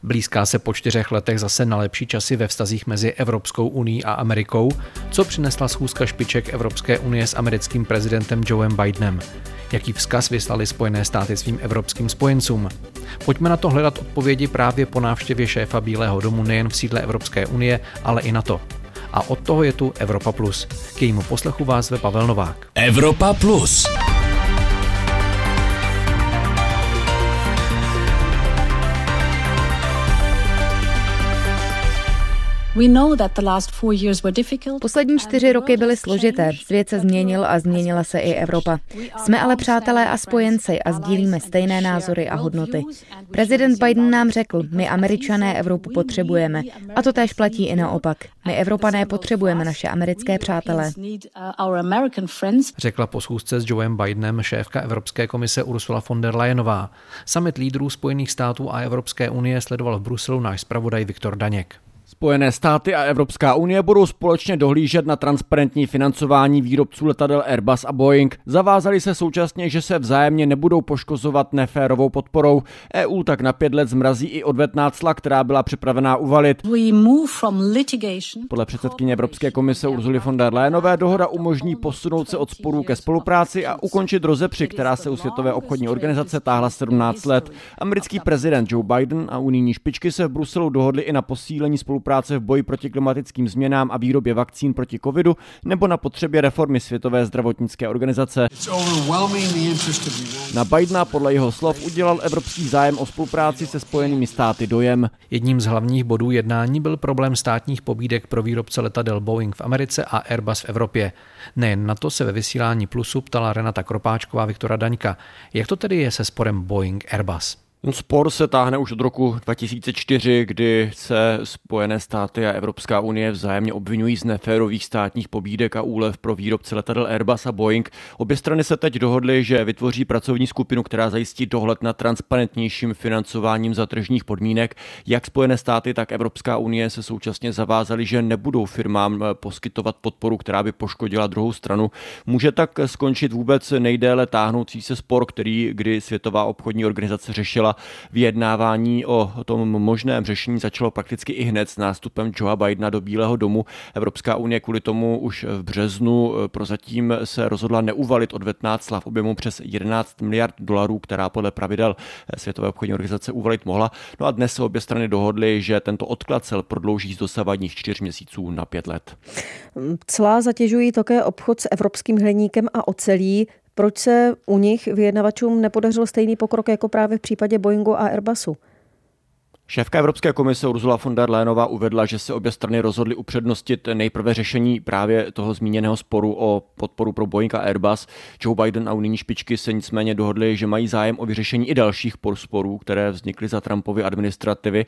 Blízká se po 4 letech zase na lepší časy ve vztazích mezi Evropskou unií a Amerikou, co přinesla schůzka špiček Evropské unie s americkým prezidentem Joem Bidenem. Jaký vzkaz vyslali Spojené státy svým evropským spojencům? Pojďme na to hledat odpovědi právě po návštěvě šéfa Bílého domu nejen v sídle Evropské unie, ale i NATO. A od toho je tu Evropa Plus. K jejímu poslechu vás zve Pavel Novák. Evropa Plus. Poslední 4 roky byly složité, svět se změnil a změnila se i Evropa. Jsme ale přátelé a spojenci a sdílíme stejné názory a hodnoty. Prezident Biden nám řekl, my Američané Evropu potřebujeme. A to též platí i naopak. My Evropané potřebujeme naše americké přátele. Řekla po schůzce s Joem Bidenem šéfka Evropské komise Ursula von der Leyenová. Summit lídrů Spojených států a Evropské unie sledoval v Bruselu náš zpravodaj Viktor Daněk. Spojené státy a Evropská unie budou společně dohlížet na transparentní financování výrobců letadel Airbus a Boeing. Zavázali se současně, že se vzájemně nebudou poškozovat neférovou podporou. EU tak na 5 let zmrazí i odvetná cla, která byla připravená uvalit. Podle předsedkyně Evropské komise Ursuly von der Leyenové dohoda umožní posunout se od sporů ke spolupráci a ukončit rozepři, která se u Světové obchodní organizace táhla 17 let. Americký prezident Joe Biden a unijní špičky se v Bruselu dohodli i na posílení spolupráce v boji proti klimatickým změnám a výrobě vakcín proti covidu nebo na potřebě reformy Světové zdravotnické organizace. Na Bidena podle jeho slov udělal evropský zájem o spolupráci se Spojenými státy dojem. Jedním z hlavních bodů jednání byl problém státních pobídek pro výrobce letadel Boeing v Americe a Airbus v Evropě. Nejen na to se ve vysílání Plusu ptala Renata Kropáčková Viktora Daňka. Jak to tedy je se sporem Boeing-Airbus? Ten spor se táhne už od roku 2004, kdy se Spojené státy a Evropská unie vzájemně obvinují z neférových státních pobídek a úlev pro výrobce letadel Airbus a Boeing. Obě strany se teď dohodly, že vytvoří pracovní skupinu, která zajistí dohled nad transparentnějším financováním za tržních podmínek. Jak Spojené státy, tak Evropská unie se současně zavázaly, že nebudou firmám poskytovat podporu, která by poškodila druhou stranu. Může tak skončit vůbec nejdéle táhnoucí se spor, který kdy Světová obchodní organizace řešila. Vyjednávání o tom možném řešení začalo prakticky i hned s nástupem Joea Bidena do Bílého domu. Evropská unie kvůli tomu už v březnu prozatím se rozhodla neuvalit odvetná cla v objemu přes 11 miliard dolarů, která podle pravidel Světové obchodní organizace uvalit mohla. No a dnes se obě strany dohodly, že tento odklad cel prodlouží z dosavadních 4 měsíců na 5 let. Cla zatěžují také obchod s evropským hliníkem a ocelí. Proč se u nich vyjednavačům nepodařil stejný pokrok jako právě v případě Boeingu a Airbusu? Šéfka Evropské komise Ursula von der Leyenová uvedla, že se obě strany rozhodly upřednostnit nejprve řešení právě toho zmíněného sporu o podporu pro Boeing a Airbus. Joe Biden a unijní špičky se nicméně dohodli, že mají zájem o vyřešení i dalších sporů, které vznikly za Trumpovy administrativy.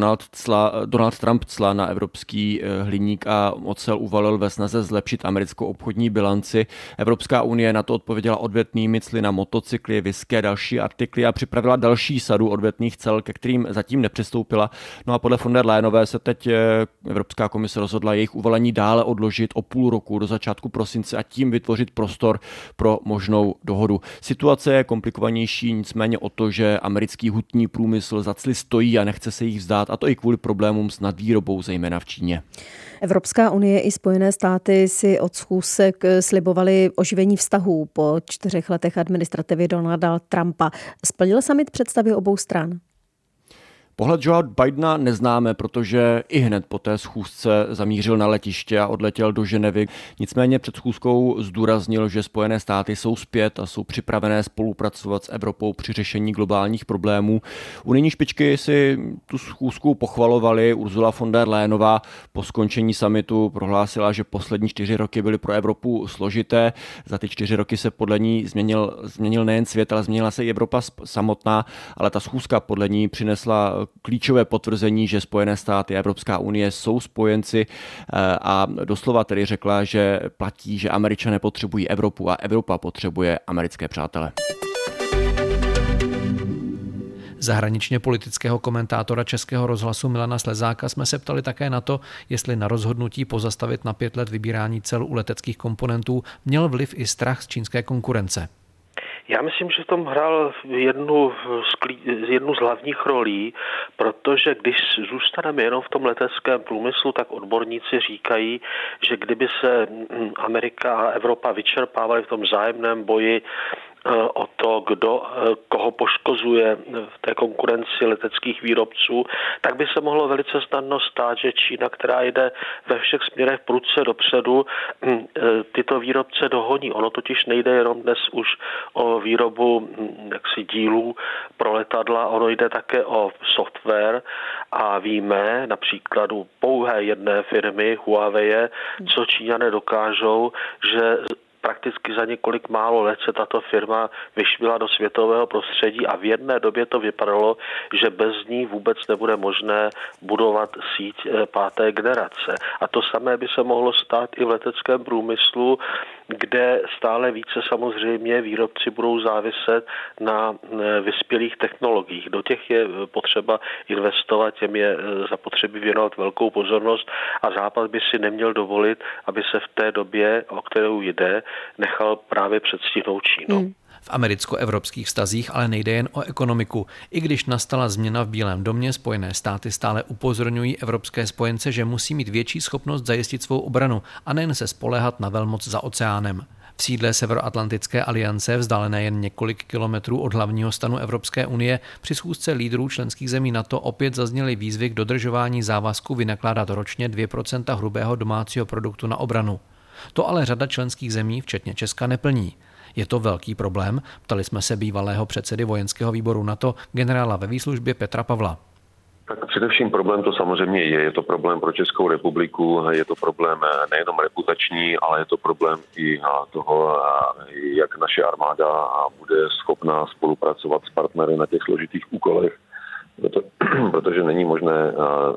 Donald Trump cla na evropský hliník a ocel uvalil ve snaze zlepšit americkou obchodní bilanci. Evropská unie na to odpověděla odvetnými cly na motocykly, whisky a další artikly a připravila další sadu odvetných cel, ke kterým zatím nepřistoupila. No a podle von der Leyenové se teď Evropská komise rozhodla jejich uvalení dále odložit o půl roku do začátku prosince a tím vytvořit prostor pro možnou dohodu. Situace je komplikovanější nicméně o to, že americký hutní průmysl za cly stojí a nechce se jich vzdát, a to i kvůli problémům s nadvýrobou, zejména v Číně. Evropská unie i Spojené státy si od schůzek slibovali oživení vztahů po 4 letech administrativy Donalda Trumpa. Splnil summit představy obou stran? Pohled Joea Bidena neznáme, protože i hned po té schůzce zamířil na letiště a odletěl do Ženevy. Nicméně před schůzkou zdůraznil, že Spojené státy jsou zpět a jsou připravené spolupracovat s Evropou při řešení globálních problémů. Unijní špičky si tu schůzku pochvalovali. Ursula von der Leyenová po skončení summitu prohlásila, že poslední 4 roky byly pro Evropu složité. Za ty 4 roky se podle ní změnil nejen svět, ale změnila se i Evropa samotná, ale ta schůzka podle ní přinesla klíčové potvrzení, že Spojené státy a Evropská unie jsou spojenci a doslova tedy řekla, že platí, že Američané potřebují Evropu a Evropa potřebuje americké přátele. Zahraničně politického komentátora Českého rozhlasu Milana Slezáka jsme se ptali také na to, jestli na rozhodnutí pozastavit na 5 let vybírání cel u leteckých komponentů měl vliv i strach z čínské konkurence. Já myslím, že v tom hrál jednu z hlavních rolí, protože když zůstaneme jenom v tom leteckém průmyslu, tak odborníci říkají, že kdyby se Amerika a Evropa vyčerpávaly v tom vzájemném boji o to, koho poškozuje v té konkurenci leteckých výrobců, tak by se mohlo velice snadno stát, že Čína, která jde ve všech směrech prudce dopředu, tyto výrobce dohoní. Ono totiž nejde jenom dnes už o výrobu dílů pro letadla, ono jde také o software a víme například u pouhé jedné firmy Huawei, co Číňané dokážou, že prakticky za několik málo let se tato firma vyšvila do světového prostředí a v jedné době to vypadalo, že bez ní vůbec nebude možné budovat síť 5. generace. A to samé by se mohlo stát i v leteckém průmyslu, kde stále více samozřejmě výrobci budou záviset na vyspělých technologiích. Do těch je potřeba investovat, těm je zapotřebí věnovat velkou pozornost a Západ by si neměl dovolit, aby se v té době, o kterou jde, nechal právě předstihnout Čínu. V americko-evropských vztazích ale nejde jen o ekonomiku. I když nastala změna v Bílém domě, Spojené státy stále upozorňují evropské spojence, že musí mít větší schopnost zajistit svou obranu a nejen se spoléhat na velmoc za oceánem. V sídle Severoatlantické aliance, vzdálené jen několik kilometrů od hlavního stanu Evropské unie, při schůzce lídrů členských zemí NATO opět zazněly výzvy k dodržování závazku vynakládat ročně 2% hrubého domácího produktu na obranu. To ale řada členských zemí, včetně Česka, neplní. Je to velký problém? Ptali jsme se bývalého předsedy vojenského výboru NATO, generála ve výslužbě Petra Pavla. Tak především problém to samozřejmě je to problém pro Českou republiku, je to problém nejenom reputační, ale je to problém i toho, jak naše armáda bude schopná spolupracovat s partnery na těch složitých úkolech, protože není možné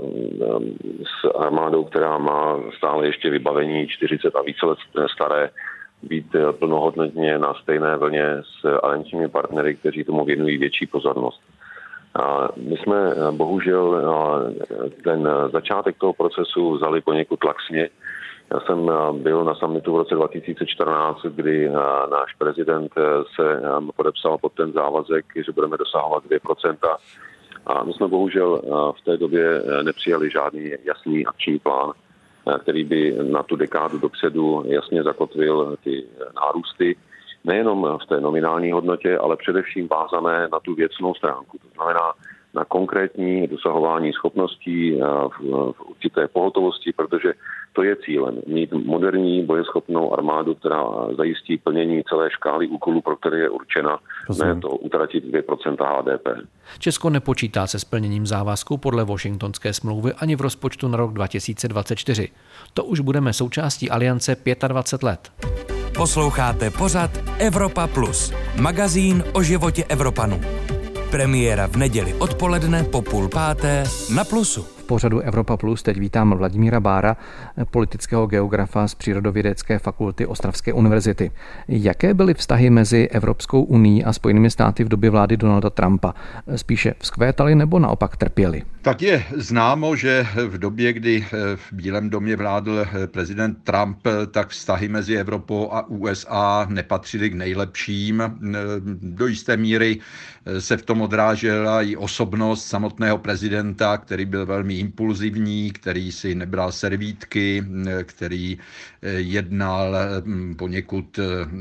s armádou, která má stále ještě vybavení 40 a více let staré, být plnohodnotně na stejné vlně s aliančními partnery, kteří tomu věnují větší pozornost. My jsme bohužel ten začátek toho procesu vzali poněkud laxně. Já jsem byl na summitu v roce 2014, kdy náš prezident se podepsal pod ten závazek, že budeme dosahovat 2%. A my jsme bohužel v té době nepřijali žádný jasný akční plán, který by na tu dekádu dopředu jasně zakotvil ty nárůsty, nejenom v té nominální hodnotě, ale především vázané na tu věcnou stránku. To znamená na konkrétní dosahování schopností v určité pohotovosti, protože to je cílem. Mít moderní, bojeschopnou armádu, která zajistí plnění celé škály úkolů, pro které je určena, ne to utratit 2% HDP. Česko nepočítá se splněním závazku podle Washingtonské smlouvy ani v rozpočtu na rok 2024. To už budeme součástí aliance 25 let. Posloucháte pořad Evropa Plus, magazín o životě Evropanů. Premiéra v neděli odpoledne po 4:30 na Plusu. V pořadu Evropa Plus teď vítám Vladimíra Bára, politického geografa z Přírodovědecké fakulty Ostravské univerzity. Jaké byly vztahy mezi Evropskou unií a Spojenými státy v době vlády Donalda Trumpa? Spíše vzkvétaly nebo naopak trpěly? Tak je známo, že v době, kdy v Bílém domě vládl prezident Trump, tak vztahy mezi Evropou a USA nepatřily k nejlepším. Do jisté míry se v tom odrážela i osobnost samotného prezidenta, který byl velmi impulzivní, který si nebral servítky, který jednal poněkud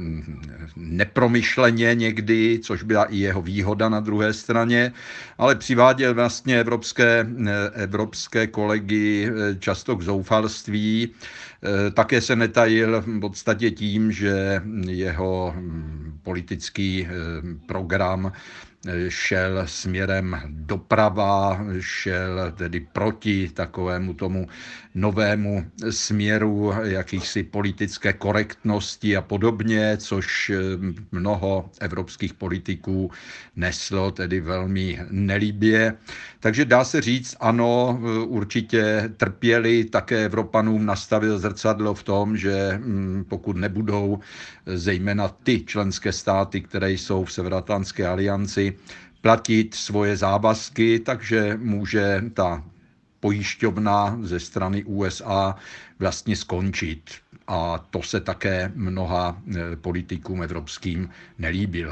nepromyšleně někdy, což byla i jeho výhoda na druhé straně, ale přiváděl vlastně evropské kolegy často k zoufalství. Také se netajil v podstatě tím, že jeho politický program šel směrem doprava, šel tedy proti takovému tomu novému směru jakýchsi politické korektnosti a podobně, což mnoho evropských politiků neslo tedy velmi nelíbě. Takže dá se říct, ano, určitě trpěli, také Evropanům nastavil zrcadlo v tom, že pokud nebudou zejména ty členské státy, které jsou v Severoatlantské alianci, platit svoje závazky, takže může ta pojišťovna ze strany USA vlastně skončit. A to se také mnoha politikům evropským nelíbilo.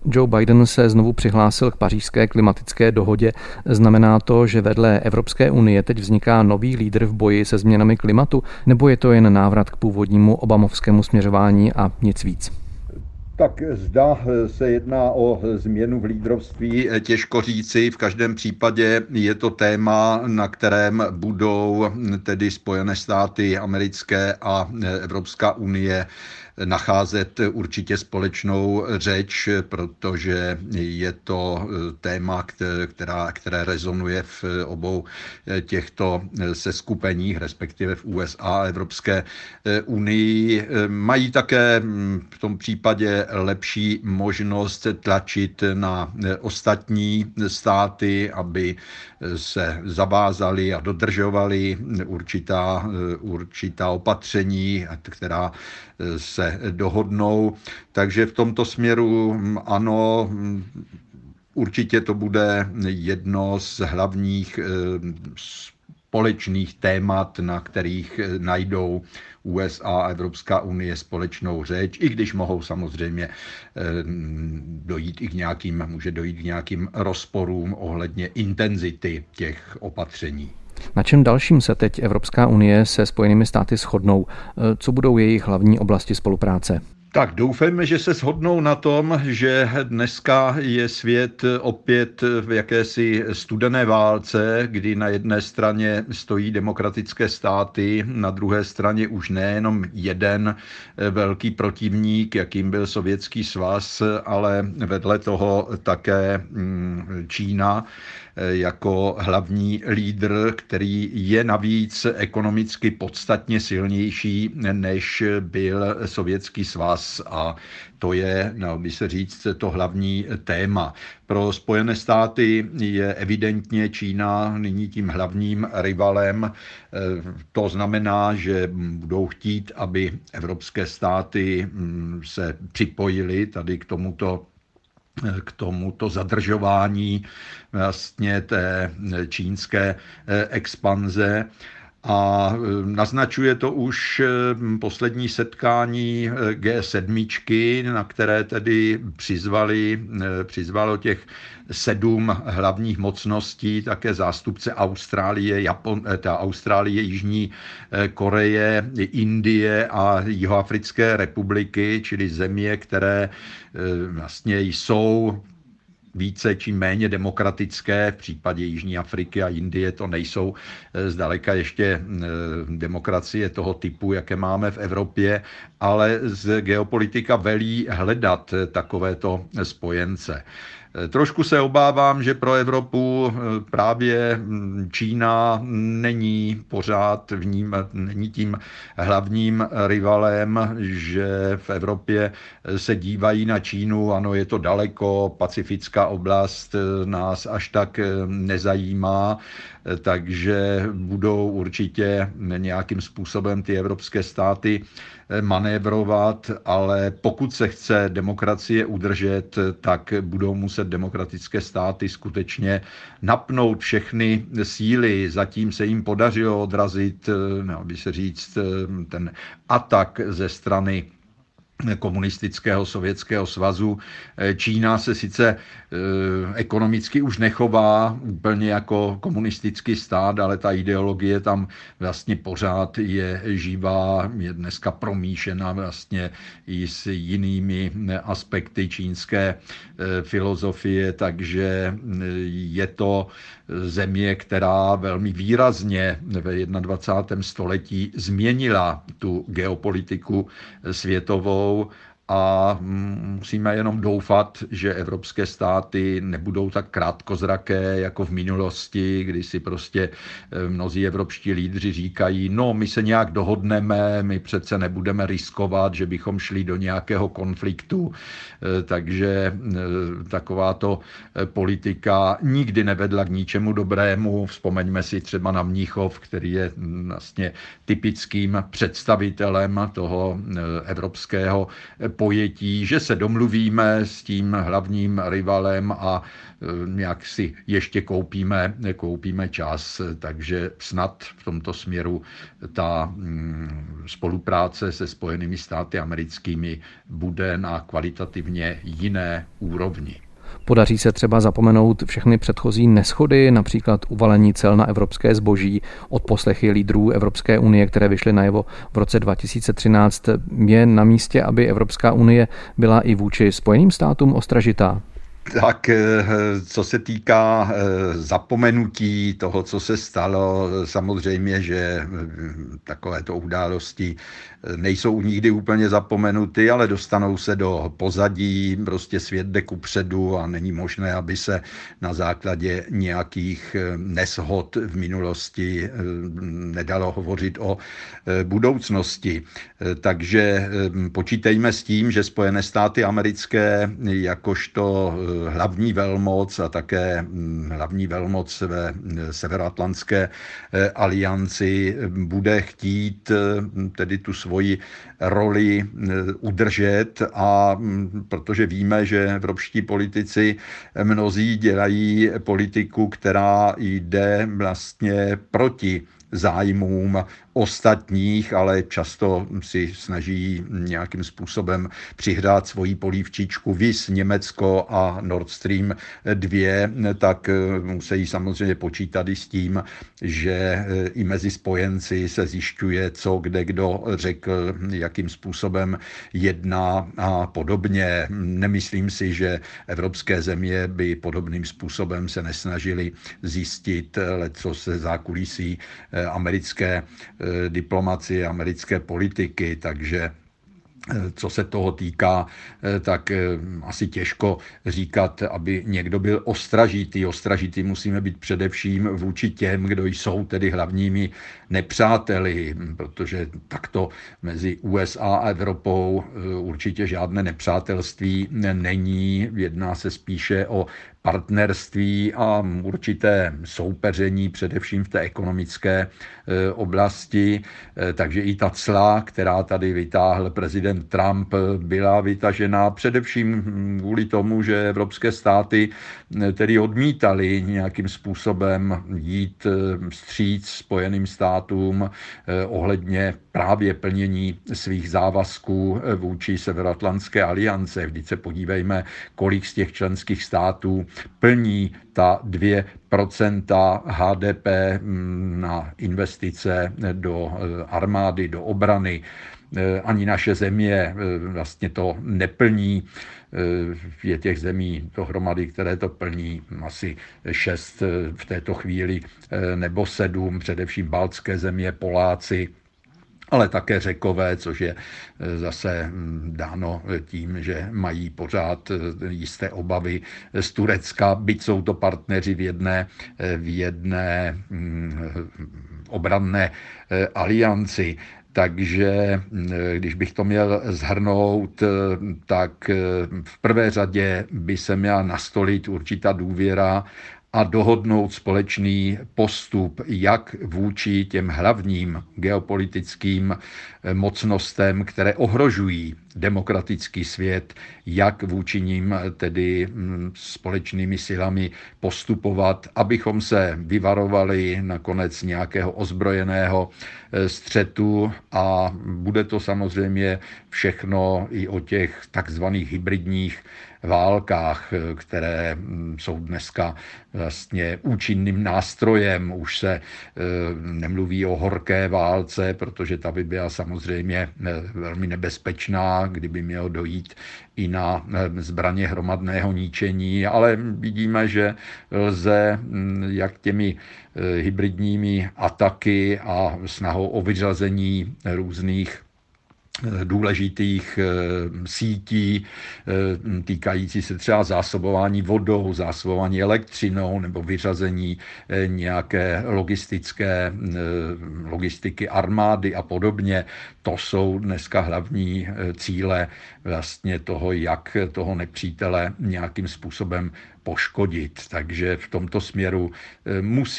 Joe Biden se znovu přihlásil k pařížské klimatické dohodě. Znamená to, že vedle Evropské unie teď vzniká nový lídr v boji se změnami klimatu, nebo je to jen návrat k původnímu obamovskému směřování a nic víc? Tak zda se jedná o změnu v lídrovství, těžko říci. V každém případě je to téma, na kterém budou tedy Spojené státy americké a Evropská unie nacházet určitě společnou řeč, protože je to téma, které rezonuje v obou těchto seskupeních, respektive v USA a Evropské unii. Mají také v tom případě lepší možnost tlačit na ostatní státy, aby se zavázali a dodržovali určitá opatření, která se dohodnou. Takže v tomto směru ano, určitě to bude jedno z hlavních společných témat, na kterých najdou USA a Evropská unie společnou řeč, i když mohou samozřejmě může dojít k nějakým rozporům ohledně intenzity těch opatření. Na čem dalším se teď Evropská unie se Spojenými státy shodnou? Co budou jejich hlavní oblasti spolupráce? Tak doufejme, že se shodnou na tom, že dneska je svět opět v jakési studené válce, kdy na jedné straně stojí demokratické státy, na druhé straně už nejenom jeden velký protivník, jakým byl Sovětský svaz, ale vedle toho také Čína jako hlavní lídr, který je navíc ekonomicky podstatně silnější, než byl Sovětský svaz, a to je, by se říct, to hlavní téma. Pro Spojené státy je evidentně Čína nyní tím hlavním rivalem. To znamená, že budou chtít, aby evropské státy se připojily tady k tomuto zadržování vlastně té čínské expanze. A naznačuje to už poslední setkání G7, na které tedy přizvalo těch 7 hlavních mocností, také zástupce Austrálie, Jižní Koreje, Indie a Jihoafrické republiky, čili země, které vlastně jsou více či méně demokratické. V případě Jižní Afriky a Indie to nejsou zdaleka ještě demokracie toho typu, jaké máme v Evropě, ale z geopolitika velí hledat takovéto spojence. Trošku se obávám, že pro Evropu právě Čína není pořád není tím hlavním rivalem, že v Evropě se dívají na Čínu, ano, je to daleko, pacifická oblast nás až tak nezajímá, takže budou určitě nějakým způsobem ty evropské státy manévrovat, ale pokud se chce demokracie udržet, tak budou muset demokratické státy skutečně napnout všechny síly. Zatím se jim podařilo odrazit, by se říct, ten atak ze strany komunistického Sovětského svazu. Čína se sice ekonomicky už nechová úplně jako komunistický stát, ale ta ideologie tam vlastně pořád je živá, je dneska promíšena vlastně i s jinými aspekty čínské filozofie, takže je to země, která velmi výrazně ve 21. století změnila tu geopolitiku světovou a musíme jenom doufat, že evropské státy nebudou tak krátkozraké jako v minulosti, kdy si prostě mnozí evropští lídři říkají, no my se nějak dohodneme, my přece nebudeme riskovat, že bychom šli do nějakého konfliktu, takže takováto politika nikdy nevedla k ničemu dobrému. Vzpomeňme si třeba na Mnichov, který je vlastně typickým představitelem toho evropského pojetí, že se domluvíme s tím hlavním rivalem a nějak si ještě koupíme čas. Takže snad v tomto směru ta spolupráce se Spojenými státy americkými bude na kvalitativně jiné úrovni. Podaří se třeba zapomenout všechny předchozí neshody, například uvalení cel na evropské zboží, odposlechy lídrů Evropské unie, které vyšly najevo v roce 2013. Je na místě, aby Evropská unie byla i vůči Spojeným státům ostražitá? Tak co se týká zapomenutí toho, co se stalo, samozřejmě, že takovéto události nejsou nikdy úplně zapomenuty, ale dostanou se do pozadí, prostě svět jde kupředu a není možné, aby se na základě nějakých neshod v minulosti nedalo hovořit o budoucnosti. Takže počítejme s tím, že Spojené státy americké jakožto hlavní velmoc a také hlavní velmoc ve Severoatlantské alianci bude chtít tedy tu svoji roli udržet, a protože víme, že evropští politici mnozí dělají politiku, která jde vlastně proti zájmům ostatních, ale často si snaží nějakým způsobem přihrát svoji polívčičku, viz Německo a Nord Stream 2, tak musí samozřejmě počítat i s tím, že i mezi spojenci se zjišťuje, co kde kdo řekl, jakým způsobem jedná a podobně. Nemyslím si, že evropské země by podobným způsobem se nesnažili zjistit leco se zákulisí americké diplomacie, americké politiky, takže co se toho týká, tak asi těžko říkat, aby někdo byl ostražitý. Ostražitý musíme být především vůči těm, kdo jsou tedy hlavními nepřáteli, protože takto mezi USA a Evropou určitě žádné nepřátelství není. Jedná se spíše o partnerství a určité soupeření, především v té ekonomické oblasti. Takže i ta cla, která tady vytáhl prezident Trump, byla vytažená především kvůli tomu, že evropské státy tedy odmítali nějakým způsobem jít vstříc Spojeným státům ohledně právě plnění svých závazků vůči Severoatlantské aliance. Vždyť se podívejme, kolik z těch členských států plní ta 2% HDP na investice do armády, do obrany. Ani naše země vlastně to neplní. Je těch zemí dohromady, které to plní, asi 6 v této chvíli nebo 7, především baltské země, Poláci, ale také Řekové, což je zase dáno tím, že mají pořád jisté obavy z Turecka, byť jsou to partneři v jedné obranné alianci. Takže když bych to měl shrnout, tak v prvé řadě by se měla nastolit určitá důvěra a dohodnout společný postup, jak vůči těm hlavním geopolitickým mocnostem, které ohrožují demokratický svět, jak vůči nim tedy společnými silami postupovat, abychom se vyvarovali nakonec nějakého ozbrojeného střetu, a bude to samozřejmě všechno i o těch takzvaných hybridních válkách, které jsou dneska vlastně účinným nástrojem. Už se nemluví o horké válce, protože ta by byla samozřejmě velmi nebezpečná, kdyby mělo dojít i na zbraně hromadného ničení, ale vidíme, že lze jak těmi hybridními ataky a snahou o vyřazení různých důležitých sítí týkající se třeba zásobování vodou, zásobování elektřinou nebo vyřazení nějaké logistiky armády a podobně. To jsou dneska hlavní cíle vlastně toho, jak toho nepřítele nějakým způsobem poškodit. Takže v tomto směru musí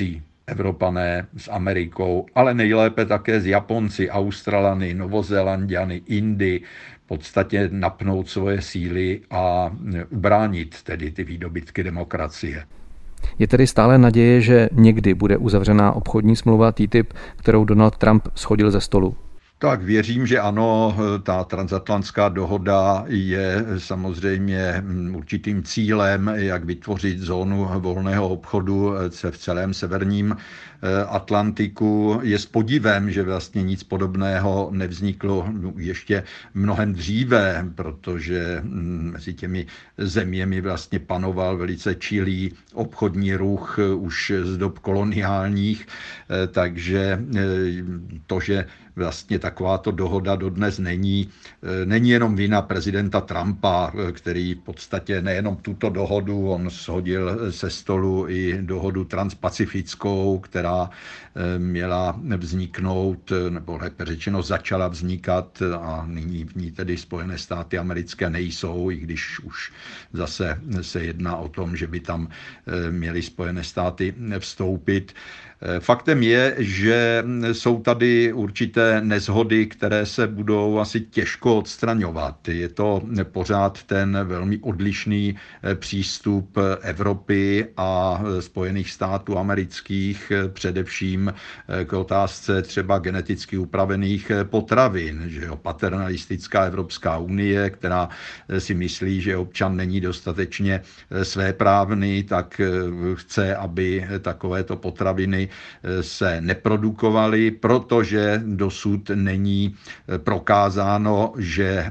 Evropané s Amerikou, ale nejlépe také s Japonci, Australany, Novozélanďany, Indy, v podstatě napnout svoje síly a ubránit tedy ty výdobytky demokracie. Je tedy stále naděje, že někdy bude uzavřená obchodní smlouva TTIP, kterou Donald Trump shodil ze stolu? Tak věřím, že ano, ta transatlantská dohoda je samozřejmě určitým cílem, jak vytvořit zónu volného obchodu v celém severním Atlantiku. Je s podivem, že vlastně nic podobného nevzniklo ještě mnohem dříve, protože mezi těmi zeměmi vlastně panoval velice čilý obchodní ruch už z dob koloniálních, takže to, že vlastně takováto dohoda dodnes není jenom vina prezidenta Trumpa, který v podstatě nejenom tuto dohodu, on shodil se stolu i dohodu transpacifickou, která měla vzniknout, nebo lépe řečeno začala vznikat a nyní v ní tedy Spojené státy americké nejsou, i když už zase se jedná o tom, že by tam měly Spojené státy vstoupit. Faktem je, že jsou tady určité neshody, které se budou asi těžko odstraňovat. Je to pořád ten velmi odlišný přístup Evropy a Spojených států amerických, především k otázce třeba geneticky upravených potravin. Že jo, paternalistická Evropská unie, která si myslí, že občan není dostatečně svéprávný, tak chce, aby takovéto potraviny se neprodukovaly, protože dosud není prokázáno, že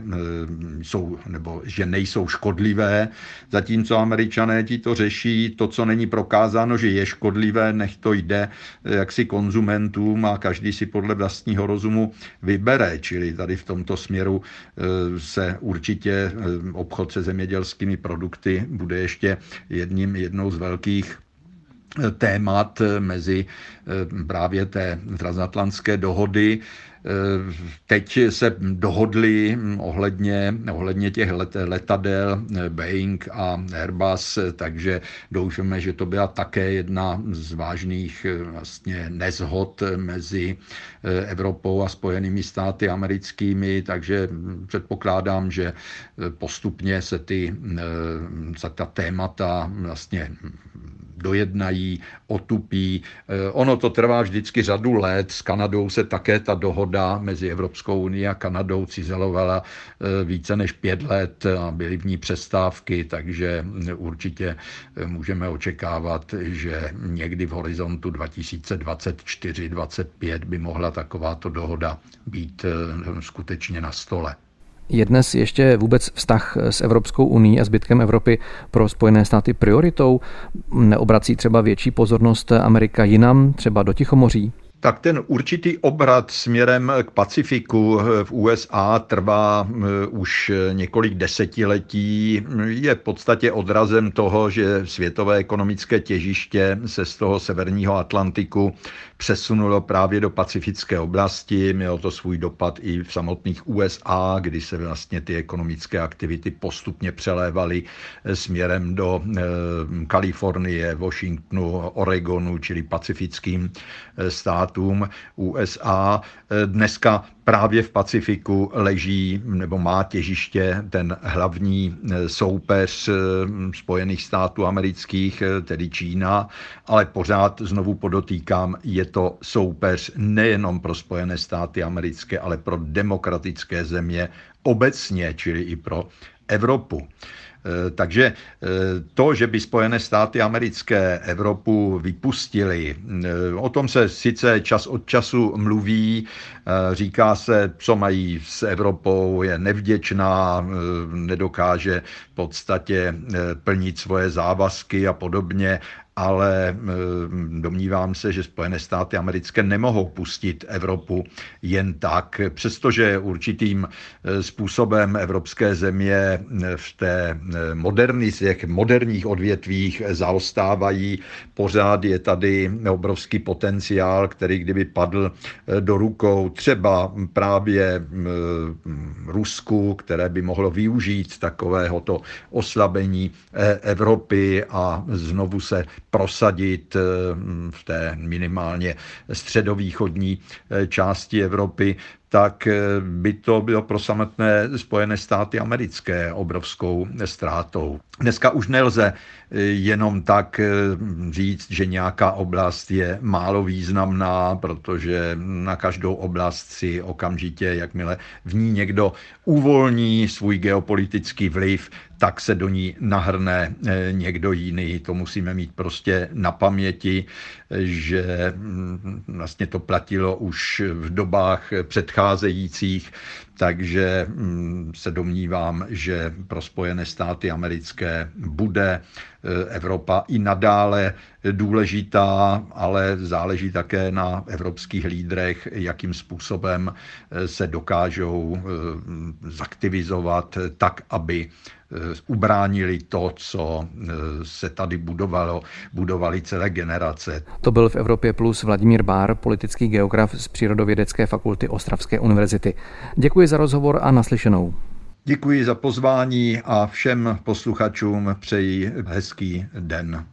nejsou škodlivé, zatímco Američané ti to řeší, to, co není prokázáno, že je škodlivé, nech to jde jaksi konzumentům a každý si podle vlastního rozumu vybere, čili tady v tomto směru se určitě obchod se zemědělskými produkty bude ještě jednou z velkých témat mezi právě té transatlantské dohody. Teď se dohodli ohledně těch letadel Boeing a Airbus, takže doufáme, že to byla také jedna z vážných vlastně neshod mezi Evropou a Spojenými státy americkými, takže předpokládám, že postupně se ta témata vlastně dojednají, otupí. Ono to trvá vždycky řadu let. S Kanadou se také ta dohoda mezi Evropskou unií a Kanadou cizelovala více než 5 let a byly v ní přestávky, takže určitě můžeme očekávat, že někdy v horizontu 2024-2025 by mohla takováto dohoda být skutečně na stole. Je dnes ještě vůbec vztah s Evropskou unií a zbytkem Evropy pro Spojené státy prioritou? Neobrací třeba větší pozornost Amerika jinam, třeba do Tichomoří? Tak ten určitý obrat směrem k Pacifiku v USA trvá už několik desetiletí. Je v podstatě odrazem toho, že světové ekonomické těžiště se z toho severního Atlantiku přesunulo právě do pacifické oblasti. Mělo to svůj dopad i v samotných USA, kdy se vlastně ty ekonomické aktivity postupně přelévaly směrem do Kalifornie, Washingtonu, Oregonu, čili pacifickým státům USA. Dneska právě v Pacifiku leží nebo má těžiště ten hlavní soupeř Spojených států amerických, tedy Čína, ale pořád znovu podotýkám, je to soupeř nejenom pro Spojené státy americké, ale pro demokratické země obecně, čili i pro Evropu. Takže to, že by Spojené státy americké Evropu vypustili, o tom se sice čas od času mluví, říká se, co mají s Evropou, je nevděčná, nedokáže v podstatě plnit svoje závazky a podobně, ale domnívám se, že Spojené státy americké nemohou pustit Evropu jen tak, přestože určitým způsobem evropské země v té moderních odvětvích zaostávají. Pořád je tady obrovský potenciál, který kdyby padl do rukou třeba právě Rusku, které by mohlo využít takovéhoto oslabení Evropy a znovu se prosadit v té minimálně středovýchodní části Evropy, tak by to bylo pro samotné Spojené státy americké obrovskou ztrátou. Dneska už nelze jenom tak říct, že nějaká oblast je málo významná, protože na každou oblast si okamžitě, jakmile v ní někdo uvolní svůj geopolitický vliv, tak se do ní nahrne někdo jiný. To musíme mít prostě na paměti, že vlastně to platilo už v dobách předcházejících, takže se domnívám, že pro Spojené státy americké bude Evropa i nadále důležitá, ale záleží také na evropských lídrech, jakým způsobem se dokážou zaktivizovat tak, aby ubránili to, co se tady budovali celé generace. To byl v Evropě Plus Vladimír Bár, politický geograf z Přírodovědecké fakulty Ostravské univerzity. Děkuji za rozhovor a naslyšenou. Děkuji za pozvání a všem posluchačům přeji hezký den.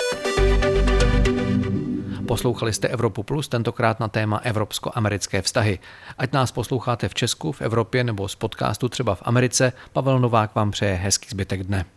Poslouchali jste Evropu Plus, tentokrát na téma evropsko-americké vztahy. Ať nás posloucháte v Česku, v Evropě nebo z podcastu třeba v Americe, Pavel Novák vám přeje hezký zbytek dne.